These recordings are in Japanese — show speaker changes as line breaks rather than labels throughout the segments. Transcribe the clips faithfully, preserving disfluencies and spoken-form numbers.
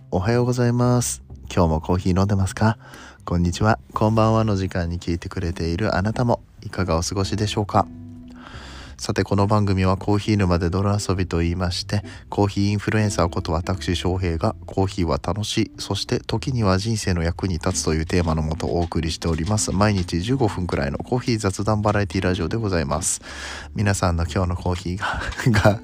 おはようございます。今日もコーヒー飲んでますか？こんにちは、こんばんはの時間に聞いてくれているあなたもいかがお過ごしでしょうか？さて、この番組はコーヒー沼で泥遊びと言いまして、コーヒーインフルエンサーこと私翔平がコーヒーは楽しい、そして時には人生の役に立つというテーマのもとお送りしております。毎日じゅうごふんくらいのコーヒー雑談バラエティラジオでございます。皆さんの今日のコーヒーがが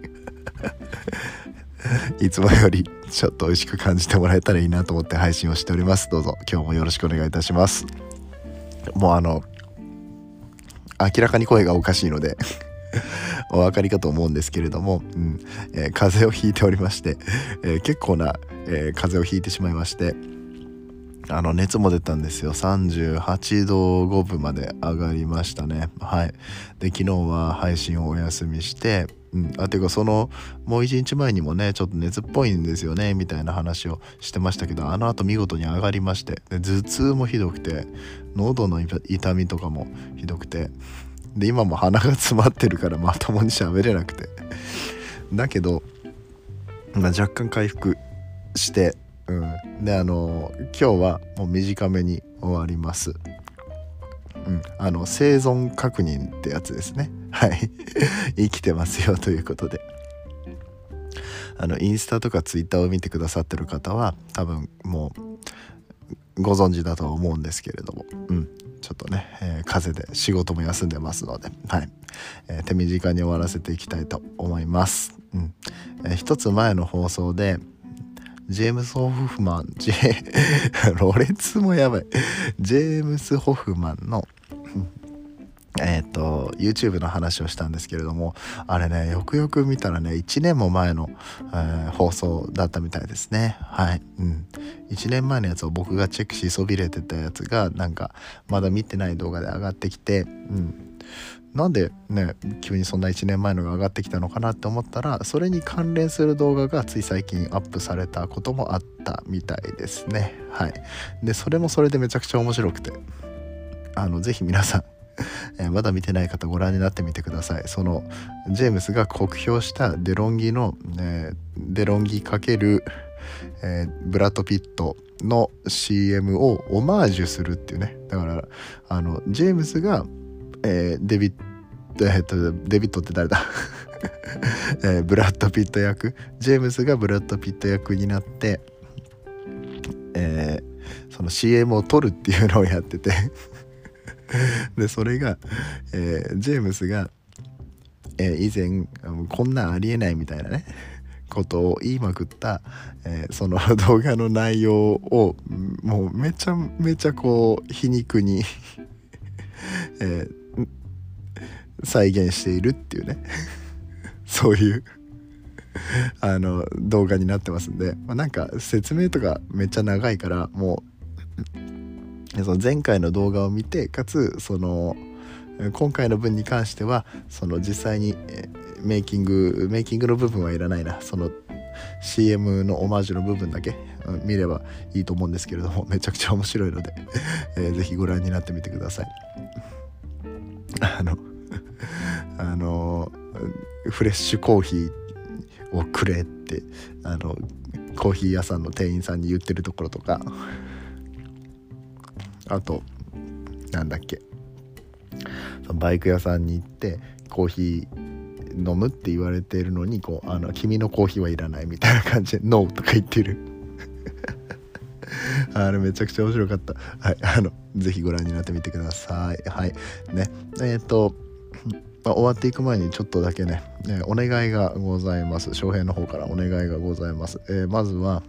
いつもよりちょっと美味しく感じてもらえたらいいなと思って配信をしております。どうぞ今日もよろしくお願いいたします。もうあの明らかに声がおかしいのでお分かりかと思うんですけれども、うんえー、風邪をひいておりまして、えー、結構な、えー、風邪をひいてしまいまして、あの熱も出たんですよ。さんじゅうはちどごぶまで上がりましたね。はい。で、昨日は配信をお休みして、うん、あていうかそのもう一日前にもねちょっと熱っぽいんですよねみたいな話をしてましたけど、あの後見事に上がりまして、で頭痛もひどくて、喉の痛みとかもひどくて、で今も鼻が詰まってるからまともに喋れなくてだけど、まあ、若干回復して、うん、であの今日はもう短めに終わります。うん、あの生存確認ってやつですね。はい生きてますよということで、あのインスタとかツイッターを見てくださってる方は多分もうご存知だとは思うんですけれども、うん、ちょっとね、えー、風邪で仕事も休んでますので、はいえー、手短に終わらせていきたいと思います。うんえー、一つ前の放送でジェームス・ホフマンジェロレツもやばいジェームス・ホフマンのえー、と YouTube の話をしたんですけれども、あれねよくよく見たらねいちねんも前の、えー、放送だったみたいですね。はい、うん、いちねんまえのやつを僕がチェックしそびれてたやつがなんかまだ見てない動画で上がってきて、うん、なんでね急にそんないちねんまえのが上がってきたのかなって思ったら、それに関連する動画がつい最近アップされたこともあったみたいですね。はい。でそれもそれでめちゃくちゃ面白くて、あのぜひ皆さんえー、まだ見てない方ご覧になってみてください。そのジェームスが酷評したデロンギの、えー、デロンギ×、えー、ブラッド・ピットの シーエム をオマージュするっていうね。だからあのジェームスが、えー、デビッド、えー、とデビッドって誰だ、えー、ブラッド・ピット役、ジェームスがブラッド・ピット役になって、えー、その シーエム を撮るっていうのをやっててでそれが、えー、ジェームスが、えー、以前こんなんありえないみたいなねことを言いまくった、えー、その動画の内容をもうめちゃめちゃこう皮肉に、えー、再現しているっていうねそういうあの動画になってますんで、まあ、なんか説明とかめっちゃ長いからもうその前回の動画を見て、かつその今回の分に関してはその実際にメイキングメイキングの部分はいらないな、その シーエム のオマージュの部分だけ見ればいいと思うんですけれども、めちゃくちゃ面白いので、えー、ぜひご覧になってみてください。あのあのフレッシュコーヒーをくれってあのコーヒー屋さんの店員さんに言ってるところとか、あとなんだっけ、バイク屋さんに行ってコーヒー飲むって言われてるのにこうあの君のコーヒーはいらないみたいな感じでノーとか言ってるあれめちゃくちゃ面白かった。はい、あのぜひご覧になってみてください。はいね、えっとまあ、終わっていく前にちょっとだけね、ねお願いがございます。翔平の方からお願いがございます。えー、まずは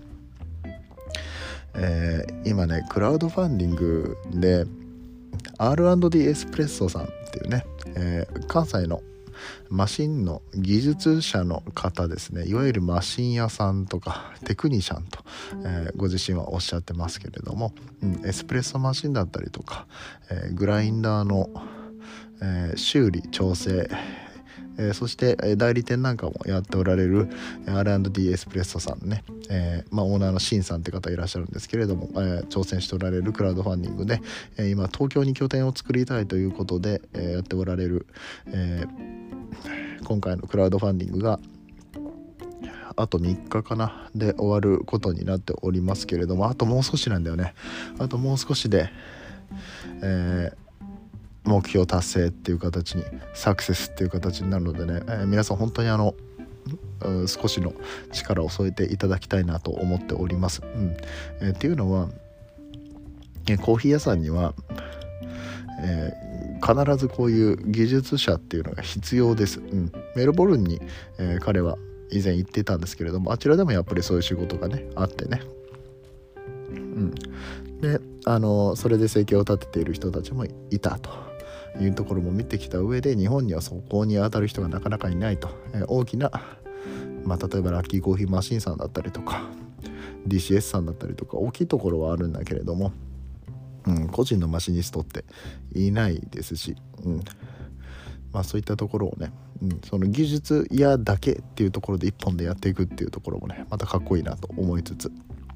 えー、今ねクラウドファンディングで アールアンドディー エスプレッソさんっていうね、えー、関西のマシンの技術者の方ですね、いわゆるマシン屋さんとかテクニシャンと、えー、ご自身はおっしゃってますけれども、うん、エスプレッソマシンだったりとか、えー、グラインダーの、えー、修理調整、えー、そして、えー、代理店なんかもやっておられる アールアンドディー エスプレッソさんね、えーまあ、オーナーのシンさんって方いらっしゃるんですけれども、えー、挑戦しておられるクラウドファンディングで、えー、今東京に拠点を作りたいということで、えー、やっておられる、えー、今回のクラウドファンディングがあとみっかかなで終わることになっておりますけれども、あともう少しなんだよね。あともう少しで、えー、目標達成っていう形に、サクセスっていう形になるのでね、えー、皆さん本当にあの少しの力を添えていただきたいなと思っております。うんえー、っていうのは、えー、コーヒー屋さんには、えー、必ずこういう技術者っていうのが必要です。うん、メルボルンに、えー、彼は以前言っていたんですけれども、あちらでもやっぱりそういう仕事がねあってね、うん、であのそれで生計を立てている人たちもいたというところも見てきた上で、日本にはそこに当たる人がなかなかいないと、えー、大きな、まあ、例えばラッキーコーヒーマシンさんだったりとか ディーシーエス さんだったりとか大きいところはあるんだけれども、うん、個人のマシニストっていないですし、うんまあ、そういったところをね、うん、その技術屋だけっていうところで一本でやっていくっていうところもねまたかっこいいなと思いつつ、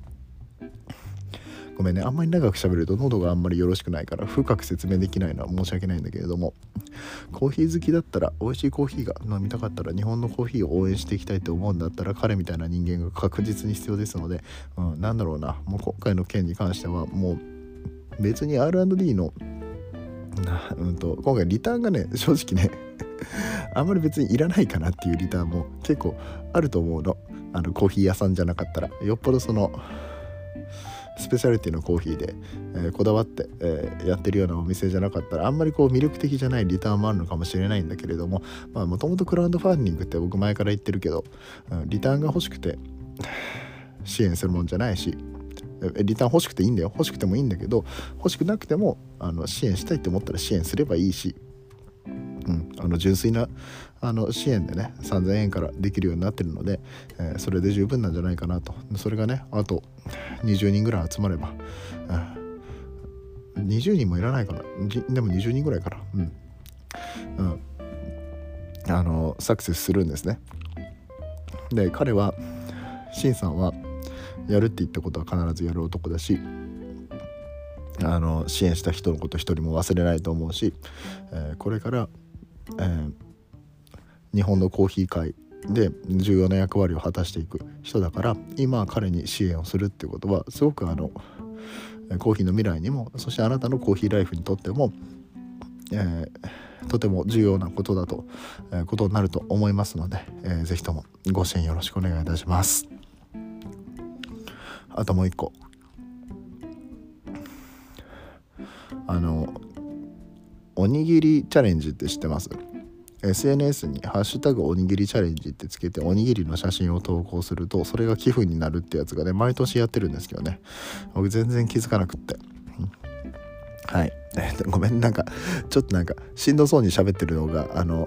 ごめんね、あんまり長く喋ると喉があんまりよろしくないから深く説明できないのは申し訳ないんだけれども、コーヒー好きだったら、美味しいコーヒーが飲みたかったら、日本のコーヒーを応援していきたいと思うんだったら、彼みたいな人間が確実に必要ですので、うん、なんだろうな、もう今回の件に関してはもう別に アールアンドディー のうんと今回リターンがね正直ねあんまり別にいらないかなっていうリターンも結構あると思うの。あのコーヒー屋さんじゃなかったら、よっぽどそのスペシャリティのコーヒーで、えー、こだわって、えー、やってるようなお店じゃなかったら、あんまりこう魅力的じゃないリターンもあるのかもしれないんだけれども、まあもともとクラウドファンディングって僕前から言ってるけど、うん、リターンが欲しくて支援するもんじゃないし、リターン欲しくていいんだよ、欲しくてもいいんだけど、欲しくなくてもあの支援したいって思ったら支援すればいいし、うん、あの純粋なあの支援でねさんぜんえんからできるようになってるので、えー、それで十分なんじゃないかなと。それがねあとにじゅうにんぐらい集まれば、うん、にじゅうにんもいらないかな、でもにじゅうにんぐらいかな、うん、うん、あのサクセスするんですね。で彼はシンさんはやるって言ったことは必ずやる男だし、あの支援した人のこと一人も忘れないと思うし、えー、これから、えー、日本のコーヒー界で重要な役割を果たしていく人だから、今彼に支援をするっていうことはすごくあのコーヒーの未来にも、そしてあなたのコーヒーライフにとっても、えー、とても重要なことだと、えー、ことになると思いますので、えー、ぜひともご支援よろしくお願いいたします。あともう一個、あのおにぎりチャレンジって知ってます？ エスエヌエス にハッシュタグおにぎりチャレンジってつけておにぎりの写真を投稿すると、それが寄付になるってやつがね毎年やってるんですけどね、僕全然気づかなくって、はい、えー、ごめん、なんかちょっとなんかしんどそうに喋ってるのがあの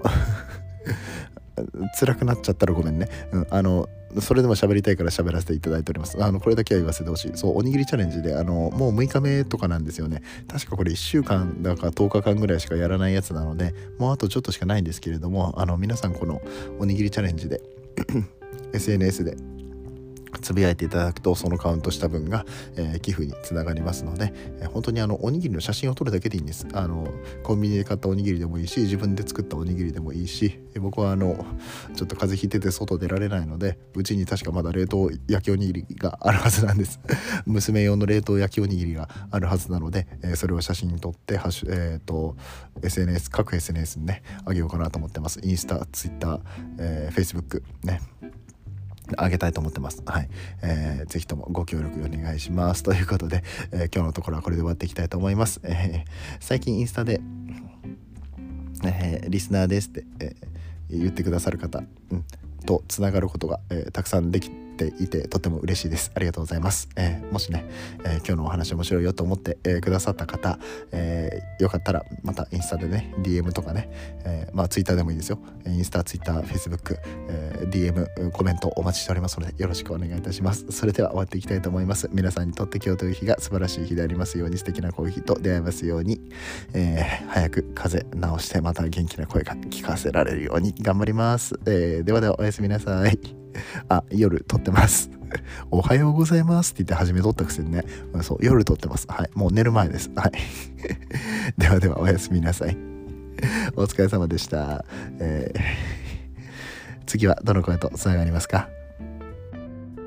辛くなっちゃったらごめんね、うん、あのそれでも喋りたいから喋らせていただいております。あのこれだけは言わせてほしい。そう、おにぎりチャレンジであのもうむいかめとかなんですよね。確かこれいっしゅうかんだかとおかかんぐらいしかやらないやつなので、もうあとちょっとしかないんですけれども、あの皆さんこのおにぎりチャレンジでエスエヌエス でつぶやいていただくと、そのカウントした分が、えー、寄付につながりますので、えー、本当にあのおにぎりの写真を撮るだけでいいんです。あのコンビニで買ったおにぎりでもいいし、自分で作ったおにぎりでもいいし、僕はあのちょっと風邪ひいてて外出られないので、うちに確かまだ冷凍焼きおにぎりがあるはずなんです娘用の冷凍焼きおにぎりがあるはずなので、えー、それを写真に撮ってハッシュ、えー、と エスエヌエス 各 エスエヌエス にねあげようかなと思ってます。インスタ、ツイッター、えー、フェイスブックねあげたいと思ってます。はい、えー、ぜひともご協力お願いしますということで、えー、今日のところはこれで終わっていきたいと思います。えー、最近インスタで、えー、リスナーですって、えー、言ってくださる方、うん、とつながることが、えー、たくさんできていてとても嬉しいです。ありがとうございます。えー、もしね、えー、今日のお話面白いよと思って、えー、くださった方、えー、よかったらまたインスタでね ディーエム とかね、えー、まあツイッターでもいいですよ。インスタ、ツイッター、フェイスブック、えー、ディーエム コメントお待ちしておりますのでよろしくお願いいたします。それでは終わっていきたいと思います。皆さんにとって今日という日が素晴らしい日でありますように、素敵なコーヒーと出会えますように、えー、早く風邪治してまた元気な声が聞かせられるように頑張ります。えー、ではではおやすみなさい。あ、夜撮ってますおはようございますって言って初め撮ったくせにね、そう、夜撮ってます。はい、もう寝る前です。はいではではおやすみなさいお疲れ様でした。えー、次はどの声とつながりますか？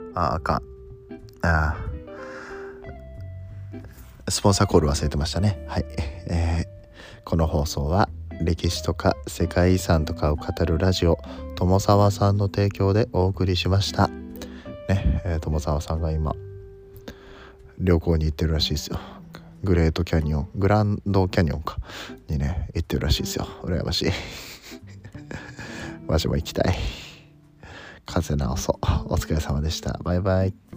ああかんあスポンサーコール忘れてましたね。はい、えー、この放送は歴史とか世界遺産とかを語るラジオ友沢さんの提供でお送りしましたね。えー、友沢さんが今旅行に行ってるらしいですよ。グレートキャニオングランドキャニオンかにね行ってるらしいですよ。羨ましいわしも行きたい。風邪治そう。お疲れ様でした。バイバイ。